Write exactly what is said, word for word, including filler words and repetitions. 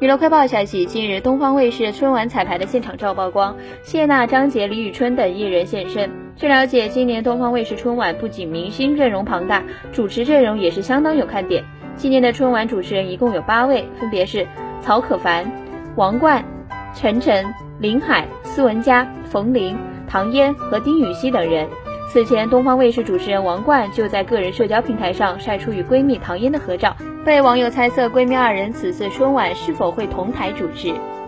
娱乐快报消息，近日东方卫视春晚彩排的现场照曝光，谢娜、张杰、李宇春等艺人现身。据了解，今年东方卫视春晚不仅明星阵容庞大，主持阵容也是相当有看点。今年的春晚主持人一共有八位，分别是曹可凡、王冠、陈晨、林海、斯文佳、冯凌、唐嫣和丁禹兮等人。此前，东方卫视主持人王冠就在个人社交平台上晒出与闺蜜唐嫣的合照，被网友猜测闺蜜二人此次春晚是否会同台主持。